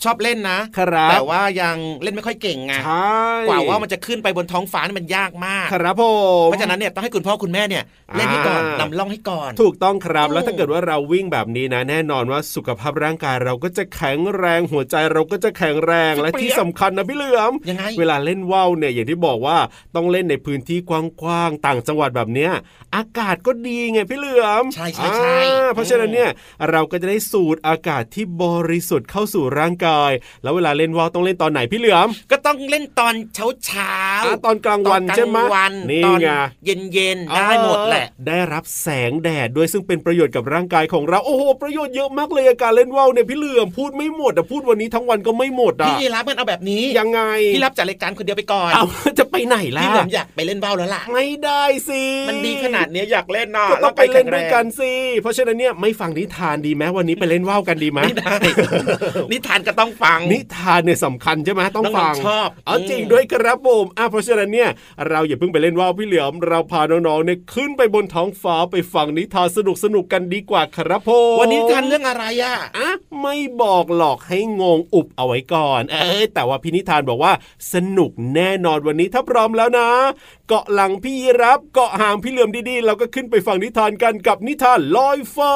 ชอบเล่นนะแต่ว่ายังเล่นไม่ค่อยเก่งไงกว่าว่ามันจะขึ้นไปบนท้องฟ้านี่มันยากมากครับผมเพราะฉะนั้นเนี่ยต้องให้คุณพ่อคุณแม่เนี่ยเล่นให้ก่อนนำล่องให้ก่อนถูกต้องครับแล้วถ้าเกิดว่าเราวิ่งแบบนี้นะแน่นอนว่าสุขภาพร่างกายเราก็จะแข็งแรงหัวใจเราก็จะแข็งแรงและที่สำคัญนะพี่เหลือมเวลาเล่นว่าวเนี่ยอย่างที่บอกว่าต้องเล่นในพื้นที่กว้างๆต่างจังหวัดแบบเนี้ยอากาศก็ดีไงพี่เหลือมใช่เพราะฉะนั้นเนี่ยเราก็จะได้สูดอากาศที่บริสุทธิ์เข้าสู่ร่างกายแล้วเวลาเล่นว่าวต้องเล่นตอนไหนพี่เหลือมก็ต้องเล่นตอนเช้าตอนกลางวันใช่ไหมนี่ไงเย็นได้หมดแหละได้รับแสงแดดด้วยซึ่งเป็นประโยชน์กับร่างกายของเราโอ้โหประโยชน์เยอะมากเลยการเล่นว่าวเนี่ยพี่เหลือมพูดไม่หมดแต่พูดวันนี้ทั้งวันก็ไม่หมดพี่รับมันเอาแบบนี้ยังไงพี่รับจัดรายการคนเดียวไปก่อนจะไปไหนล่ะพี่เหลือมอยากไปเล่นว่าวแล้วล่ะไม่ได้สิมันดีขนาดนี้อยากเล่นนะก็ต้องไปเล่นด้วยกันสิเพราะฉะนั้นเนี่ยไม่ฟังนิทานดีไหมวันนี้ไปเล่นว่าวกันดีไหมไม่ได้นิทานก็ต้องฟังนิทานเนี่ยสำคัญใช่ไหมต้องฟังชอบจริงด้วยครับผมเพราะฉะนั้นเนี่ยเราอย่าเพิ่งไปเล่นว่าวพี่เหลือมเราพาน้องๆเนี่ยขึ้นไปบนท้องฟ้าไปฟังนิทานสนุกกันดีกว่าครับผมวันนี้นิทานเรื่องอะไรไม่บอกหรอกให้งงอุบเอาไว้ก่อนแต่ว่าพี่นิทานบอกว่าสนุกแน่นอนวันนี้ถ้าพร้อมแล้วนะเกาะหลังพี่รับเกาะหางพี่เหลือมดีๆเราก็ขึ้นไปฟังนิทานกันกับนิทานลอยฟ้า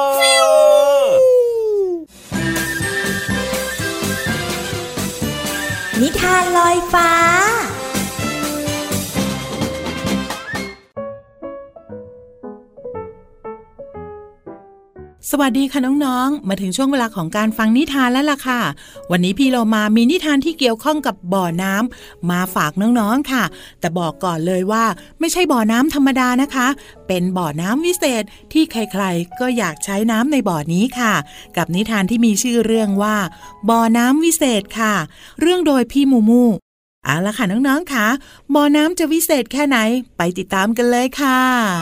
นิทานลอยฟ้าสวัสดีค่ะน้องๆมาถึงช่วงเวลาของการฟังนิทานแล้วล่ะค่ะวันนี้พี่เรามามีนิทานที่เกี่ยวข้องกับบ่อน้ำมาฝากน้องๆค่ะแต่บอกก่อนเลยว่าไม่ใช่บ่อน้ำธรรมดานะคะเป็นบ่อน้ำวิเศษที่ใครๆก็อยากใช้น้ำในบ่อนี้ค่ะกับนิทานที่มีชื่อเรื่องว่าบ่อน้ำวิเศษค่ะเรื่องโดยพี่มูมูเอาล่ะค่ะน้องๆค่ะบ่อน้ำจะวิเศษแค่ไหนไปติดตามกันเลยค่ะ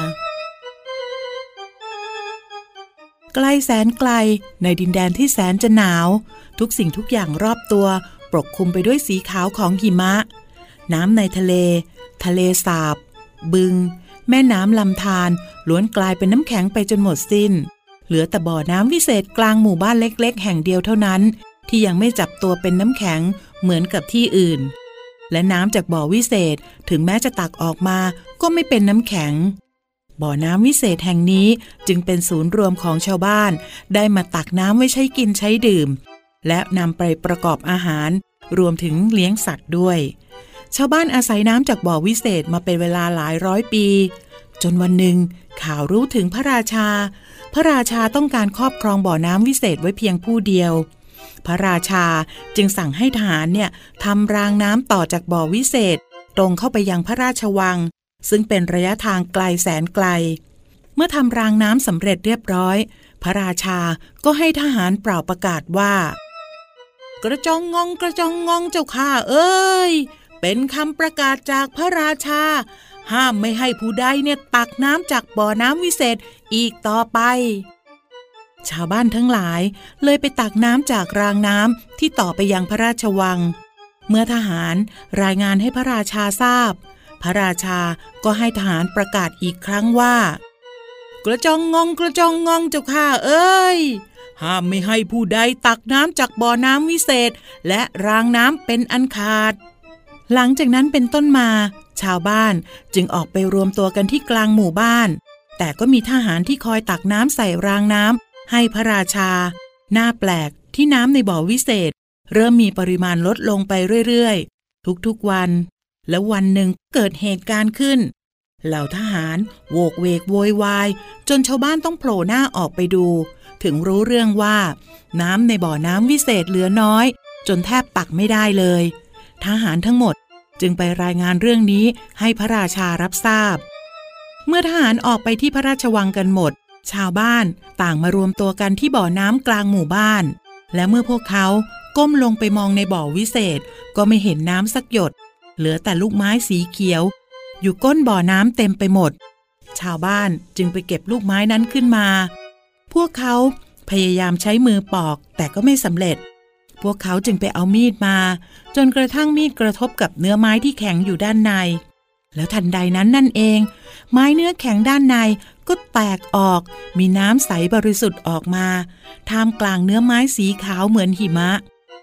ไกลแสนไกลในดินแดนที่แสนจะหนาวทุกสิ่งทุกอย่างรอบตัวปกคลุมไปด้วยสีขาวของหิมะน้ำในทะเลสาบบึงแม่น้ำลำธารล้วนกลายเป็นน้ำแข็งไปจนหมดสิ้นเหลือแต่บ่อน้ำวิเศษกลางหมู่บ้านเล็กๆแห่งเดียวเท่านั้นที่ยังไม่จับตัวเป็นน้ำแข็งเหมือนกับที่อื่นและน้ำจากบ่อวิเศษถึงแม้จะตักออกมาก็ไม่เป็นน้ำแข็งบ่อน้ำวิเศษแห่งนี้จึงเป็นศูนย์รวมของชาวบ้านได้มาตักน้ำไว้ใช้กินใช้ดื่มและนำไปประกอบอาหารรวมถึงเลี้ยงสัตว์ด้วยชาวบ้านอาศัยน้ำจากบ่อวิเศษมาเป็นเวลาหลายร้อยปีจนวันหนึ่งข่าวรู้ถึงพระราชาต้องการครอบครองบ่อน้ำวิเศษไว้เพียงผู้เดียวพระราชาจึงสั่งให้ทหารเนี่ยทำรางน้ำต่อจากบ่อวิเศษตรงเข้าไปยังพระราชวังซึ่งเป็นระยะทางไกลแสนไกลเมื่อทำรางน้ำสำเร็จเรียบร้อยพระราชาก็ให้ทหารเป่าประกาศว่ากระจองงองกระจองงองเจ้าข้าเอ้ยเป็นคำประกาศจากพระราชาห้ามไม่ให้ผู้ใดเนี่ยตักน้ำจากบ่อน้ำวิเศษอีกต่อไปชาวบ้านทั้งหลายเลยไปตักน้ำจากรางน้ำที่ต่อไปยังพระราชวังเมื่อทหารรายงานให้พระราชาทราบพระราชาก็ให้ทหารประกาศอีกครั้งว่ากระจองงองกระจองงองเจ้าข้าเอ้ยห้ามไม่ให้ผู้ใดตักน้ำจากบ่อน้ำวิเศษและรางน้ำเป็นอันขาดหลังจากนั้นเป็นต้นมาชาวบ้านจึงออกไปรวมตัวกันที่กลางหมู่บ้านแต่ก็มีทหารที่คอยตักน้ำใส่รางน้ำให้พระราชาน่าแปลกที่น้ำในบ่อวิเศษเริ่มมีปริมาณลดลงไปเรื่อยๆทุกๆวันแล้ววันหนึ่งเกิดเหตุการณ์ขึ้นเหล่าทหารโวกเวกโวยวายจนชาวบ้านต้องโผล่หน้าออกไปดูถึงรู้เรื่องว่าน้ำในบ่อน้ำวิเศษเหลือน้อยจนแทบตักไม่ได้เลยทหารทั้งหมดจึงไปรายงานเรื่องนี้ให้พระราชารับทราบเมื่อทหารออกไปที่พระราชวังกันหมดชาวบ้านต่างมารวมตัวกันที่บ่อน้ำกลางหมู่บ้านและเมื่อพวกเขาก้มลงไปมองในบ่อวิเศษก็ไม่เห็นน้ำสักหยดเหลือแต่ลูกไม้สีเขียวอยู่ก้นบ่อน้ำเต็มไปหมดชาวบ้านจึงไปเก็บลูกไม้นั้นขึ้นมาพวกเขาพยายามใช้มือปอกแต่ก็ไม่สำเร็จพวกเขาจึงไปเอามีดมาจนกระทั่งมีดกระทบกับเนื้อไม้ที่แข็งอยู่ด้านในแล้วทันใดนั้นนั่นเองไม้เนื้อแข็งด้านในก็แตกออกมีน้ำใสบริสุทธิ์ออกมาท่ามกลางเนื้อไม้สีขาวเหมือนหิมะ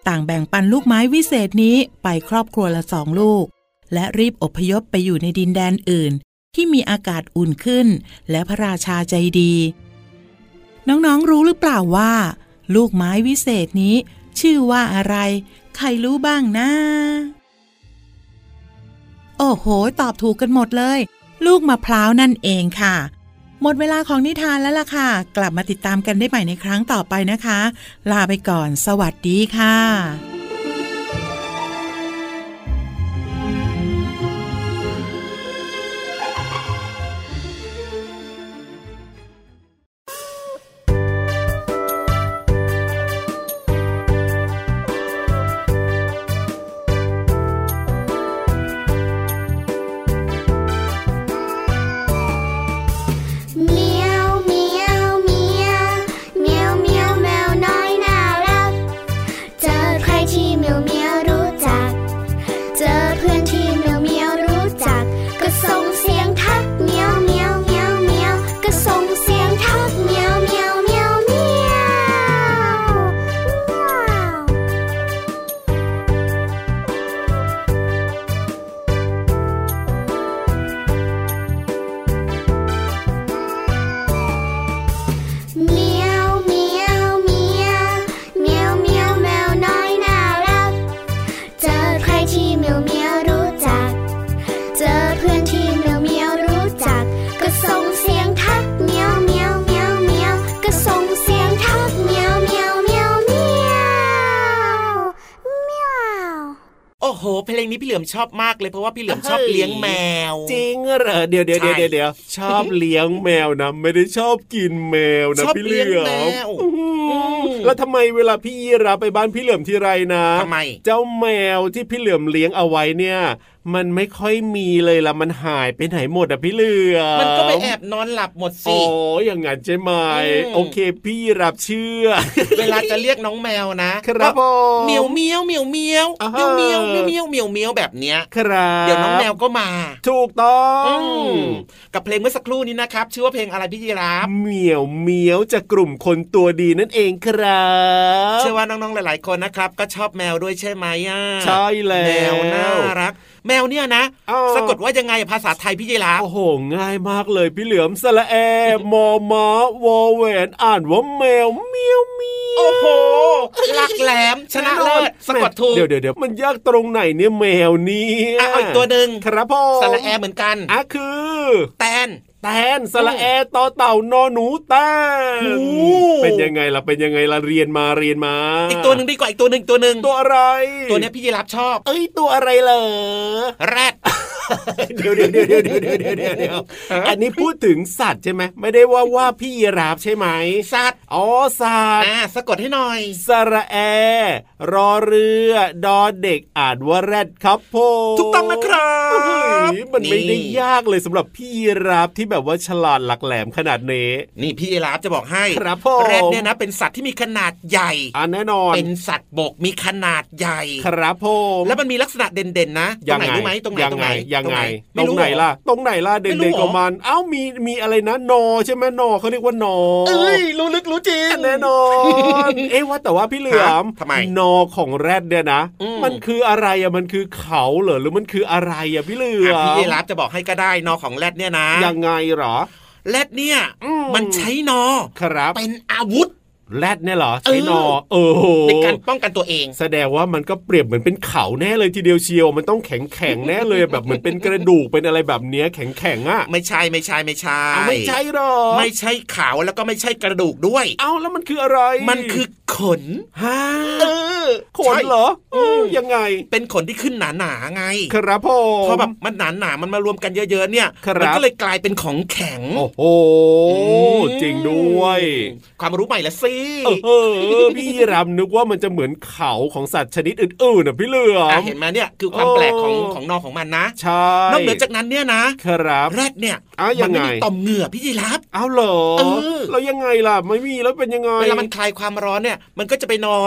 ต่างแบ่งปันลูกไม้วิเศษนี้ไปครอบครัวละ2 ลูกและรีบอพยพไปอยู่ในดินแดนอื่นที่มีอากาศอุ่นขึ้นและพระราชาใจดีน้องๆรู้หรือเปล่าว่าลูกไม้วิเศษนี้ชื่อว่าอะไรใครรู้บ้างนะโอ้โหตอบถูกกันหมดเลยลูกมะพร้าวนั่นเองค่ะหมดเวลาของนิทานแล้วล่ะค่ะกลับมาติดตามกันได้ใหม่ในครั้งต่อไปนะคะลาไปก่อนสวัสดีค่ะเพลงนี้พี่เหลือมชอบมากเลยเพราะว่าพี่เหลือมชอบเลี้ยงแมวจริงเหรอเดี๋ยวชอบเลี้ยงแมวนะไม่ได้ชอบกินแมวนะพี่เหลือมแล้วทำไมเวลาพี่ยีราไปบ้านพี่เหลือมทีไรนะทำไมเจ้าแมวที่พี่เหลือมเลี้ยงเอาไว้เนี่ยมันไม่ค่อยมีเลยล่ะมันหายไปไหนหมดอ่ะพี่เหลือมมันก็ไปแอบนอนหลับหมดสิอ๋ออย่างงั้นใช่ไหมโอเคพี่รับเชื่อเวลาจะเรียกน้องแมวนะครับเมียวเมียวเมียวเมียวเมียวเมียวเมียวเมียวเมียวแบบเนี้ยครับเดี๋ยวน้องแมวก็มาถูกต้องกับเพลงเมื่อสักครู่นี้นะครับชื่อว่าเพลงอะไรพี่ยีราฟเมียวเมียวจากกลุ่มคนตัวดีนั่นเองครับเชื่อว่าน้องๆหลายๆคนนะครับก็ชอบแมวด้วยใช่ไหมใช่แล้วแมวน่ารักแมวเนี่ยนะสะกดว่ายังไงภาษาไทยพี่ยีราฟโอ้โหง่ายมากเลยพี่เหลือมสระแอมอม้าวอแหวนอ่านว่าแมวเมียวเมียวโอ้โหหลักแหลมชนะเลิศสะกดถูกเดี๋ยวมันยากตรงไหนเนี่ยแมวนี่เอาอีกตัวนึงครับพ่อสระแอเหมือนกันคือแตนสระแอต่อเต่านอหนูแตนเป็นยังไงล่ะเรียนมาอีกตัวนึงดีกว่าอีกตัวนึงตัวอะไรตัวนี้พี่ยีราฟชอบตัวอะไรเหรอแรดเดี๋ยวอันนี้พูดถึงสัตว์ใช่ไหมไม่ได้ว่าพี่ยีราฟใช่ไหมสัตว์สัตว์สะกดให้หน่อยสระแอรอเรือดอเด็กอ่านว่าแรดครับพ่อถูกต้องนะครับมันไม่ได้ยากเลยสำหรับพี่ยีราฟที่แบบว่าฉลาดหลักแหลมขนาดนี้นี่พี่ยีราฟจะบอกให้ครับพ่อแรดเนี่ยนะเป็นสัตว์ที่มีขนาดใหญ่แน่นอนเป็นสัตว์บกมีขนาดใหญ่ครับพ่อแล้วมันมีลักษณะเด่นๆนะตรงไหนรู้ไหมตรงไหนตรงไหนล่ะเด่นๆของมันมีอะไรนะนอใช่ไหมนอเขาเรียกว่านอรู้ลึกรู้จริงแน่นอนว่าแต่ว่าพี่เหลือมทำไมนอของแรดเนี่ยนะมันคืออะไรอะมันคือเขาเหรอหรือมันคืออะไรอะพี่เหลือมพี่ยีราฟจะบอกให้ก็ได้นอของแรดเนี่ยนะยังไงหรอแรดเนี่ยมันใช้นอครับเป็นอาวุธแรดเนี่ยเหรอใช้นอในการป้องกันตัวเองแสดงว่ามันก็เปรียบเหมือนเป็นเขาแน่เลยทีเดียวเชียวมันต้องแข็งแน่เลยแบบเหมือนเป็นกระดูกเป็นอะไรแบบเนี้ยแข็งอ่ะไม่ใช่ไม่ใช่หรอไม่ใช่เขาแล้วก็ไม่ใช่กระดูกด้วยแล้วมันคืออะไรมันคือขนขนเหรอยังไงเป็นขนที่ขึ้นหนาๆไงครับพ่อพอแบบมันหนามันมารวมกันเยอะๆเนี่ยมันก็เลยกลายเป็นของแข็งโอ้โหจริงด้วยความรู้ใหม่ละสิพี่รำนึกว่ามันจะเหมือนเขาของสัตว์ชนิดอื่นๆพี่เหลือมเห็นไหมเนี่ยคือความแปลกของนอของมันนะใช่นอกเหนือจากนั้นเนี่ยนะครับแรดเนี่ยมันไม่มีต่อมเหงื่อพี่ยีราฟเหรอแล้วยังไงล่ะไม่มีแล้วเป็นยังไงเวลามันคลายความร้อนเนี่ยมันก็จะไปนอน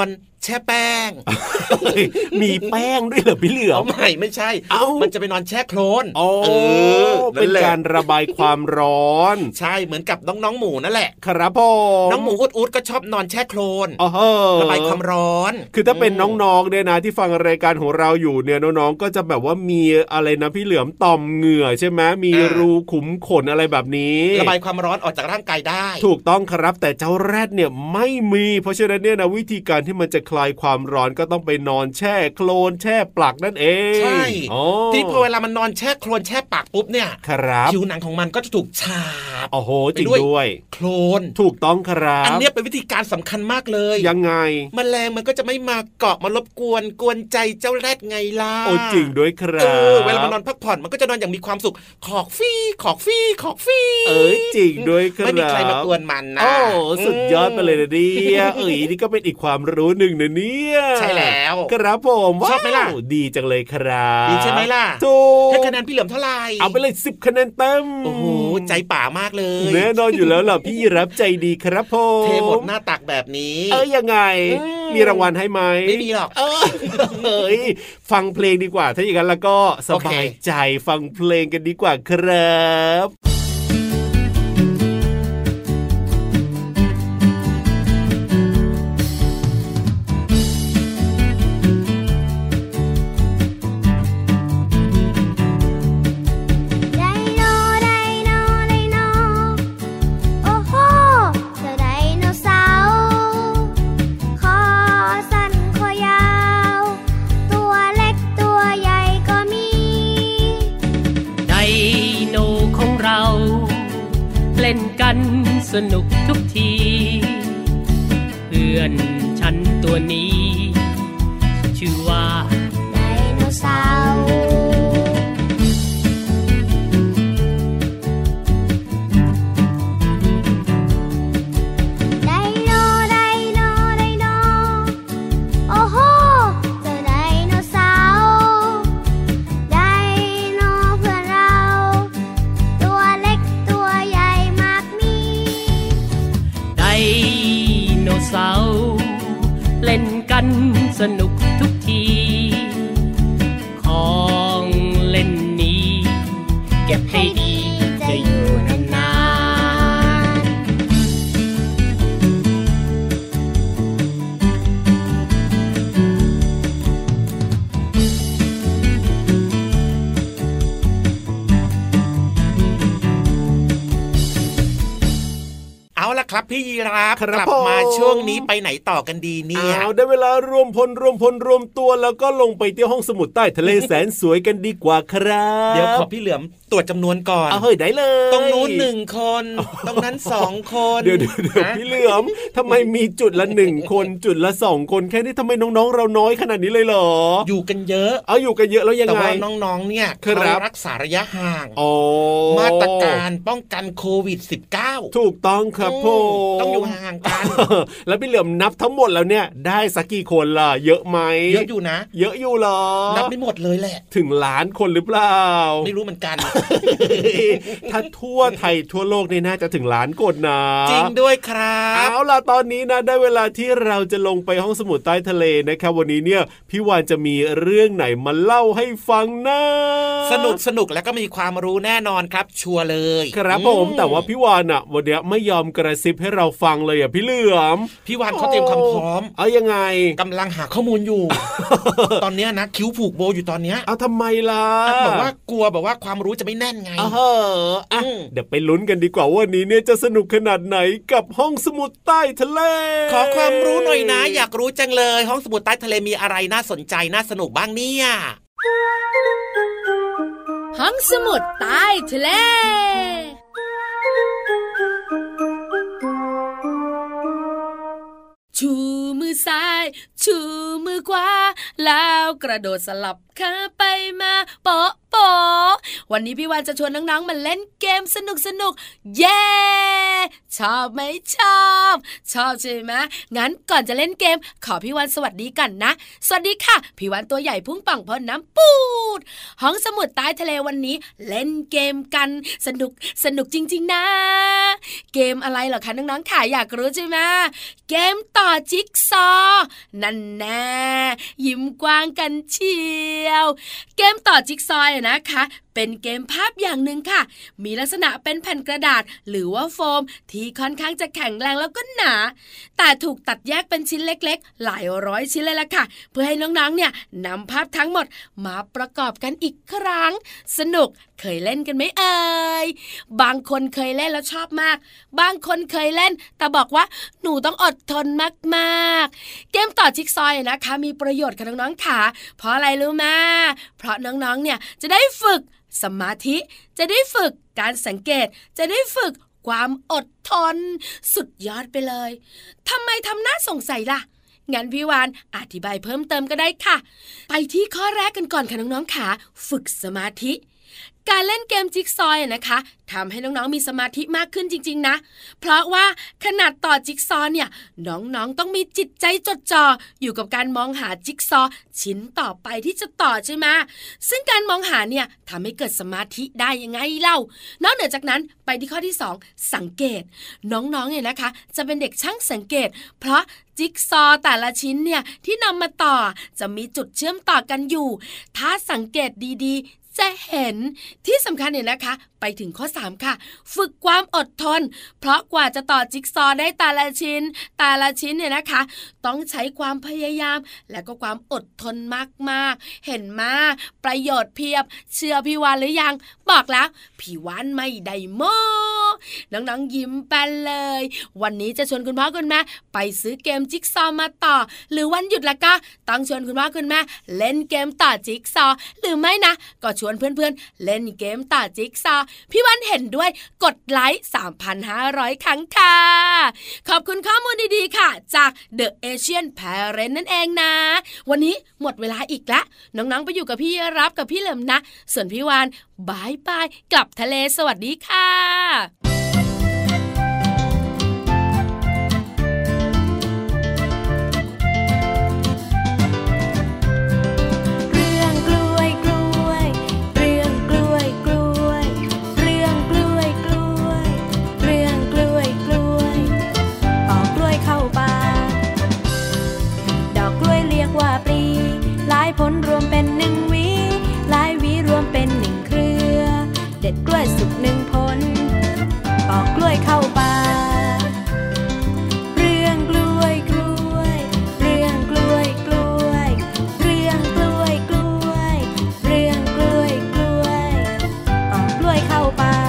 แช่แป้งมีแป้งด้วยเหรอพี่เหลือมไม่ใช่มันจะไปนอนแช่โคลนเป็นการระบายความร้อนใช่เหมือนกับน้องๆหมูนั่นแหละครับพ่อน้องหมูอุดก็ชอบนอนแช่โคลนระบายความร้อนคือถ้าเป็นน้องๆเนี่ยนะที่ฟังรายการของเราอยู่เนี่ยน้องๆก็จะแบบว่ามีอะไรนะพี่เหลือมต่อมเหงื่อใช่ไหมมีรูขุมขนอะไรแบบนี้ระบายความร้อนออกจากร่างกายได้ถูกต้องครับแต่เจ้าแรดเนี่ยไม่มีเพราะฉะนั้นเนี่ยนะวิธีการที่มันจะคลายความร้อนก็ต้องไปนอนแช่โคลนแช่ปลักนั่นเองใช่ที่พอเวลามันนอนแช่โคลนแช่ปลักปุ๊บเนี่ยผิวหนังของมันก็จะถูกฉาบโอ้โหจริงด้วยโคลนถูกต้องครับอันนี้เป็นวิธีการสำคัญมากเลยยังไงแมลงมันก็จะไม่มาเกาะมารบกวนใจเจ้าแรดไงล่ะโอ้จริงด้วยครับเวลามันนอนพักผ่อนมันก็จะนอนอย่างมีความสุขขอกฟี่จริงด้วยครับไม่มีใครมากวนมันนะโอ้สุดยอดไปเลยนะเนี่ยนี่ก็เป็นอีกความรู้หนึ่งนะเนี่ยใช่แล้วครับผมชอบไหมล่ะดีจังเลยครับดีใช่ไหมล่ะถูกให้คะแนนพี่เหลือมเท่าไหร่เอาไปเลย10คะแนนเต็มโอ้โหใจป่ามากเลยแน่นอนอยู่แล้วล่ะพี่รับใจดีครับผมเทหมดหน้าตักแบบนี้ยังไงมีรางวัลให้ไหมไม่มีหรอกฟังเพลงดีกว่าถ้าอย่างนั้นแล้วก็สบายใจฟังเพลงกันดีกว่าครับสนุกทุกทีเพื่อนฉันตัวนี้ชื่อว่าไดโนเสาร์ไดโนโอ้โหเจอไดโนเสาร์ไดโนเพื่อนเราตัวเล็กตัวใหญ่มากมีไดโนเสาร์เล่นกันสนุกทุกทีของเล่นนี้เก็บให้ดีจะอยู่นานเอาล่ะครับพี่ยีราฟกลับมาช่วงนี้ไปไหนต่อกันดีเนี่ยได้เวลารวมพลรวมตัวแล้วก็ลงไปที่ห้องสมุดใต้ทะเลแสนสวยกันดีกว่าครับเดี๋ยวขอพี่เหลือมตรวจจำนวนก่อนเฮ้ยได้เลยตรงนู้น1คนตรงนั้น2คนเดี๋ยวพี่เหลือมทำไมมีจุดละ1คนจุดละ2คนแค่นี้ทำไมน้องๆเราน้อยขนาดนี้เลยเหรออยู่กันเยอะอยู่กันเยอะแล้วยังไงแต่ว่าน้องๆเนี่ยเขารักษาระยะห่างมาตรการป้องกันโควิด-19 ถูกต้องครับผมต้องอยู่ห่างกันแล้วพี่เหลือมนับทั้งหมดแล้วเนี่ยได้สักกี่คนล่ะเยอะไหมเยอะอยู่นะเยอะอยู่เหรอนับไม่หมดเลยแหละถึงล้านคนหรือเปล่าไม่รู้เหมือนกันถ้าทั่วไทยทั่วโลกนี่น่าจะถึงล้านคนนะจริงด้วยครับเอาล่ะตอนนี้นะได้เวลาที่เราจะลงไปห้องสมุดใต้ทะเลนะครับวันนี้เนี่ยพี่วานจะมีเรื่องไหนมาเล่าให้ฟังนะสนุกแล้วก็มีความรู้แน่นอนครับชัวร์เลยครับผมแต่ว่าพี่วานอ่ะวันนี้ไม่ยอมกระซิบให้เราฟังเลยอ่ะพี่เหลือมพี่วานเขาเตรียมคำพร้อมยังไงกำลังหาข้อมูลอยู่ ตอนนี้นะคิ้วผูกโบอยู่ตอนนี้ทำไมล่ะบอกว่ากลัวแบบว่าความรู้จะไม่แน่นไงเดี๋ยวไปลุ้นกันดีกว่าวันนี้เนี่ยจะสนุกขนาดไหนกับห้องสมุดใต้ทะเลขอความรู้หน่อยนะอยากรู้จังเลยห้องสมุดใต้ทะเลมีอะไรน่าสนใจน่าสนุกบ้างเนี่ยห้องสมุดใต้ทะเลชูมือซ้ายชูมือขวาแล้วกระโดดสลับขาไปมาโป๊ะโป๊ะวันนี้พี่วานจะชวนน้องๆมาเล่นเกมสนุกเย้ชอบไหมชอบใช่ไหมงั้นก่อนจะเล่นเกมขอพี่วานสวัสดีกันนะสวัสดีค่ะพี่วานตัวใหญ่พุ่งปังพ่นน้ำปูดห้องสมุดใต้ทะเลวันนี้เล่นเกมกันสนุกจริงๆนะเกมอะไรเหรอคะน้องๆค่ะอยากรู้ใช่ไหมเกมต่อจิ๊กซอนั่นั่นแน่ยิ้มกว้างกันเชียวเกมต่อจิ๊กซอว์นะคะเป็นเกมภาพอย่างหนึ่งค่ะมีลักษณะเป็นแผ่นกระดาษหรือว่าโฟมที่ค่อนข้างจะแข็งแรงแล้วก็หนาแต่ถูกตัดแยกเป็นชิ้นเล็กๆหลายร้อยชิ้นเลยล่ะค่ะเพื่อให้น้องๆเนี่ยนำภาพทั้งหมดมาประกอบกันอีกครั้งสนุกเคยเล่นกันไหมเอ่ยบางคนเคยเล่นแล้วชอบมากบางคนเคยเล่นแต่บอกว่าหนูต้องอดทนมากๆเกมต่อจิ๊กซอว์นะคะมีประโยชน์กับน้องๆค่ะเพราะอะไรรู้มั้ยเพราะน้องๆเนี่ยจะได้ฝึกสมาธิจะได้ฝึกการสังเกตจะได้ฝึกความอดทนสุดยอดไปเลยทำไมทำหน้าสงสัยล่ะงั้นพี่วานอธิบายเพิ่มเติมก็ได้ค่ะไปที่ข้อแรกกันก่อนค่ะน้องๆค่ะฝึกสมาธิการเล่นเกมจิ๊กซอว์นะคะทำให้น้องๆมีสมาธิมากขึ้นจริงๆนะเพราะว่าขนาดต่อจิ๊กซอว์เนี่ยน้องๆต้องมีจิตใจจดจ่ออยู่กับการมองหาจิ๊กซอว์ชิ้นต่อไปที่จะต่อใช่ไหมซึ่งการมองหาเนี่ยทำให้เกิดสมาธิได้ยังไงเล่านอกเหนือจากนั้นไปที่ข้อที่2สังเกตน้องๆเนี่ยนะคะจะเป็นเด็กช่างสังเกตเพราะจิ๊กซอว์แต่ละชิ้นเนี่ยที่นำมาต่อจะมีจุดเชื่อมต่อกันอยู่ถ้าสังเกตดีๆจะเห็นที่สำคัญเนี่ยนะคะไปถึงข้อ3ค่ะฝึกความอดทนเพราะกว่าจะต่อจิ๊กซอว์ได้แต่ละชิ้นเนี่ยนะคะต้องใช้ความพยายามและก็ความอดทนมากๆเห็นมาประโยชน์เพียบเชื่อพี่วานหรือยังบอกแล้วพี่วานไม่ได้โม้น้องๆยิ้มแป้นเลยวันนี้จะชวนคุณพ่อคุณแม่ไปซื้อเกมจิ๊กซอว์มาต่อหรือวันหยุดละก็ต้องชวนคุณพ่อคุณแม่เล่นเกมต่อจิ๊กซอว์หรือไม่นะก็ชวนเพื่อนๆเล่นเกมต่อจิ๊กซอว์พี่วันเห็นด้วยกดไลค์ 3,500 ครั้งค่ะขอบคุณข้อมูลดีๆค่ะจาก The Asian Parent นั่นเองนะวันนี้หมดเวลาอีกแล้วน้องๆไปอยู่กับพี่รับกับพี่เหลิมนะส่วนพี่วานบายบายกลับทะเลสวัสดีค่ะผลรวมเป็น1หวีหลายหวีรวมเป็น1เครือเด็ดกล้วยสุก1ผลปอกกล้วยเข้าป่าเรื่องกล้วยกล้วยเรื่องกล้วยกล้วยเรื่องกล้วยกล้วยเรื่องกล้วยกล้วยปอกกล้วยเข้าป่า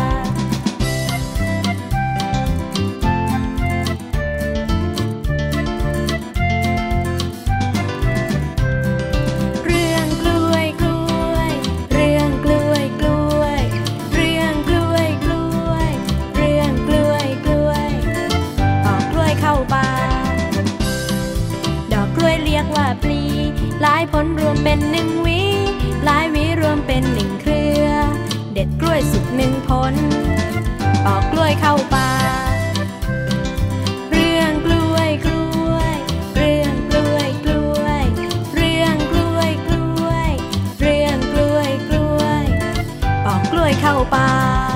หลายผลรวมเป็น1หวีหลายหวีรวมเป็น1เครือเด็ดกล้วยสุก1ผลปอกกล้วยเข้าป่าเรื่องกล้วยกล้วยเรื่องกล้วยกล้วยเรื่องกล้วยกล้วยเรื่องกล้วยกล้วยปอกกล้วยเข้าป่า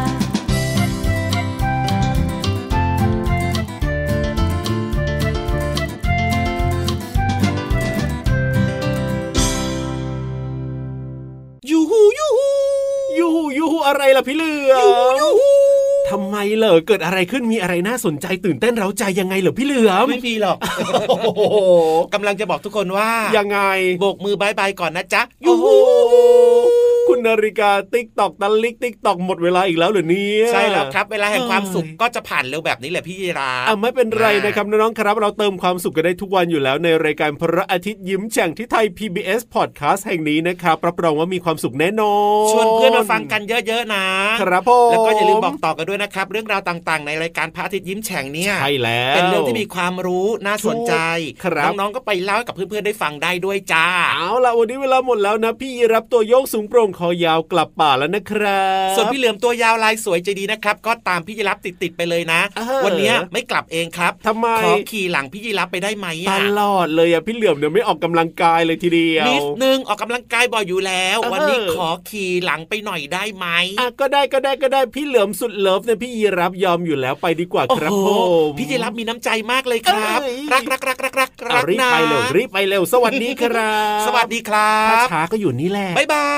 อะไรล่ะพี่เหลือทำไมเหรอเกิดอะไรขึ้นมีอะไรน่าสนใจตื่นเต้นเร้าใจยังไงเหรอพี่เหลือไม่มีหรอกกำลังจะบอกทุกคนว่ายังไงโบกมือบายบายก่อนนะจ๊ะยูฮูคุณนาฬิกาติ๊กตอกตะลิกติ๊กตอกหมดเวลาอีกแล้วเหรอเนี่ยใช่แล้วครับเวลาแห่งความสุขก็จะผ่านเร็วแบบนี้แหละพี่ราไม่เป็นไรนะครับน้องๆครับเราเติมความสุขกันได้ทุกวันอยู่แล้วในรายการพระอาทิตย์ยิ้มแฉ่งที่ไทย PBS Podcast แห่งนี้นะครับรับรองว่ามีความสุขแน่นอนชวนเพื่อนมาฟังกันเยอะๆนะครับผมแล้วก็อย่าลืมบอกต่อกันด้วยนะครับเรื่องราวต่างๆในรายการพระอาทิตย์ยิ้มแฉ่งเนี่ยใช่แล้วเป็นเรื่องที่มีความรู้น่าสนใจน้องๆก็ไปเล่ากับเพื่อนๆได้ฟังได้ด้วยจ้าเอาล่ะวันนี้เวลาหมดแล้วนะพี่รับตัวโยกสูงโปร่งขออยาวกลับป่าแล้วนะครับส่วนพี่เหลือมตัวยาวลายสวยใจดีนะครับก็ตามพี่ยีรับติดไปเลยนะวันนี้ไม่กลับเองครับทำไมขอขี่หลังพี่ยีรับไปได้ไหมตลอดเลยพี่เหลือมเนี่ยไม่ออกกำลังกายเลยทีเดียวนิดนึงออกกำลังกายบ่อยอยู่แล้ววันนี้ขอขี่หลังไปหน่อยได้ไหมก็ได้พี่เหลือมสุดเลิฟเนี่ยพี่ยีรับยอมอยู่แล้วไปดีกว่าครับผมพี่ยีรับมีน้ำใจมากเลยครับรักรีบไปเร็วสวัสดีครับสวัสดีครับถ้าช้าก็อยู่นี่แหละบ๊ายบาย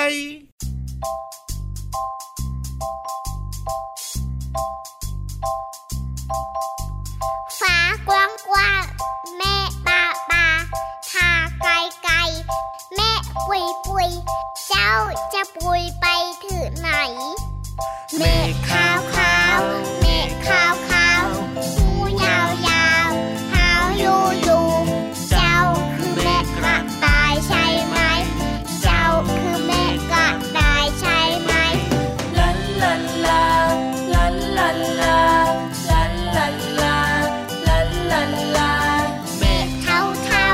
ฟ้ากว้างกว้างแม่ปาทาไกลแม่ปุยเจ้าจะปุยไปถึงไหนเมฆขาวเมฆขาวหูยาวหาวอยู่เจ้าคือแม่กระต่ายใช่ไหมเจ้าคือแม่กระต่ายใช่ไหมลันลันลาลันลันลาลันลันลาลันลันลาเมฆเทาหา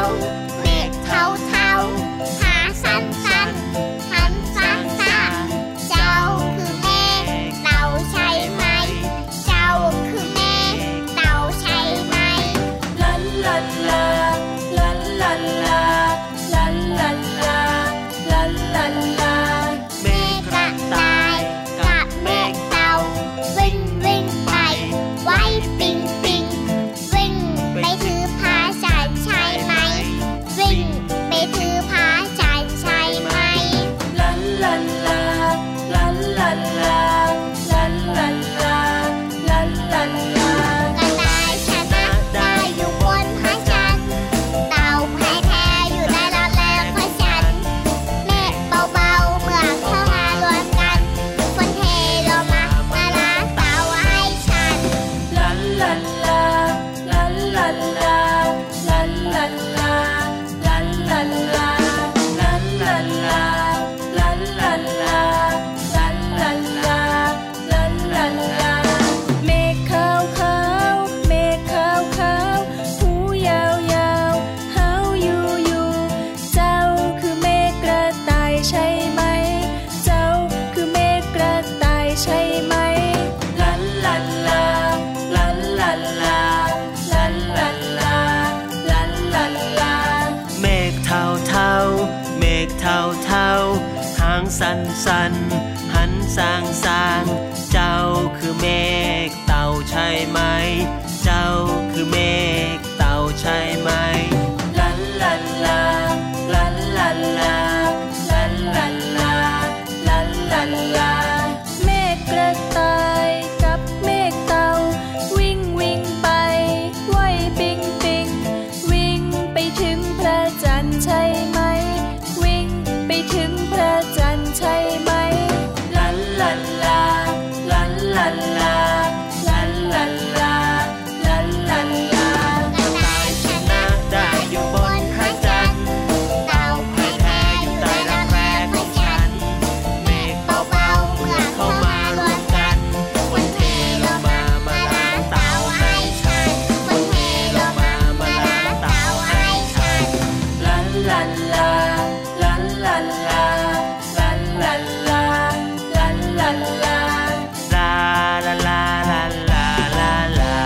สั้นหันซ่าเจ้าคือแม่เต่าใช่ไหมเจ้าคือแม่เต่าใช่ไหมลันลันลาลันลันลาลันลันลาลันลันลาเมฆกระต่ายกับเมฆเต่าวิ่งไปไว้ปิงวิ่งไปถือพาฉันใช่ไหมวิ่งไปถือพาฉันใช่ไหมลันลันลาลันลันลาลันลันลาลันลันลากระต่ายชนะได้อยู่บนพระจันทร์เต่าแพ้อยู่ในละแลพระจันทร์เมฆเบาๆเมื่อเข้ามารวมกันฝนเทลงมาล้างเต่าให้ฉันลันลันลาลันลันลาลันลันลาลันลันลาลันลันลาลันลันลาลันลันลาลันลันลาเมฆขาวเมฆขาวหูยาวหาวอยู่เจ้าคือเมฆกระต่ายใช่ไหมเจ้าคือเมฆกระต่ายใช่ไหมลันลันลาลันลันลาลันลันลาลันลันลาเมฆเทาเมฆเทาหางสั้นหันสางเจ้าคือเมฆเต่าใช่ไหมเจ้าคือเมฆเต่าใช่ไหมลันลันลาลันลันลาลันลันลาลันลันลาเมฆกระต่ายกับเมฆเต่าวิ่งไปไว้ปิงวิ่งไปถึงพระจันทร์ใช่ไหมวิ่งไปถึงพระจันทร์ใช่ไหมลันลันลาลันลันลาลันลันลาลันลันลากระต่ายชนะได้อยู่บนพระจันทร์เต่าแพ้อยู่ใต้รักแร้พระจันทร์เมฆเบาๆเมื่อเข้ามารวมกันฝนเทลงมาล้างเต่าให้ฉันฝนเทลงมาล้างเต่าให้ฉันลันลันลาลันลันลาลันลันลาลันลันลาลาลาลาลาลาลาลา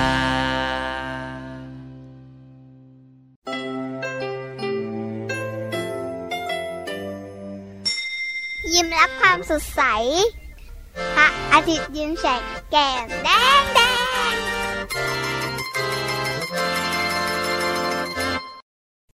ยิ้มรับความสดใสพระอาทิตย์ยิ้มแฉกแก้มแดง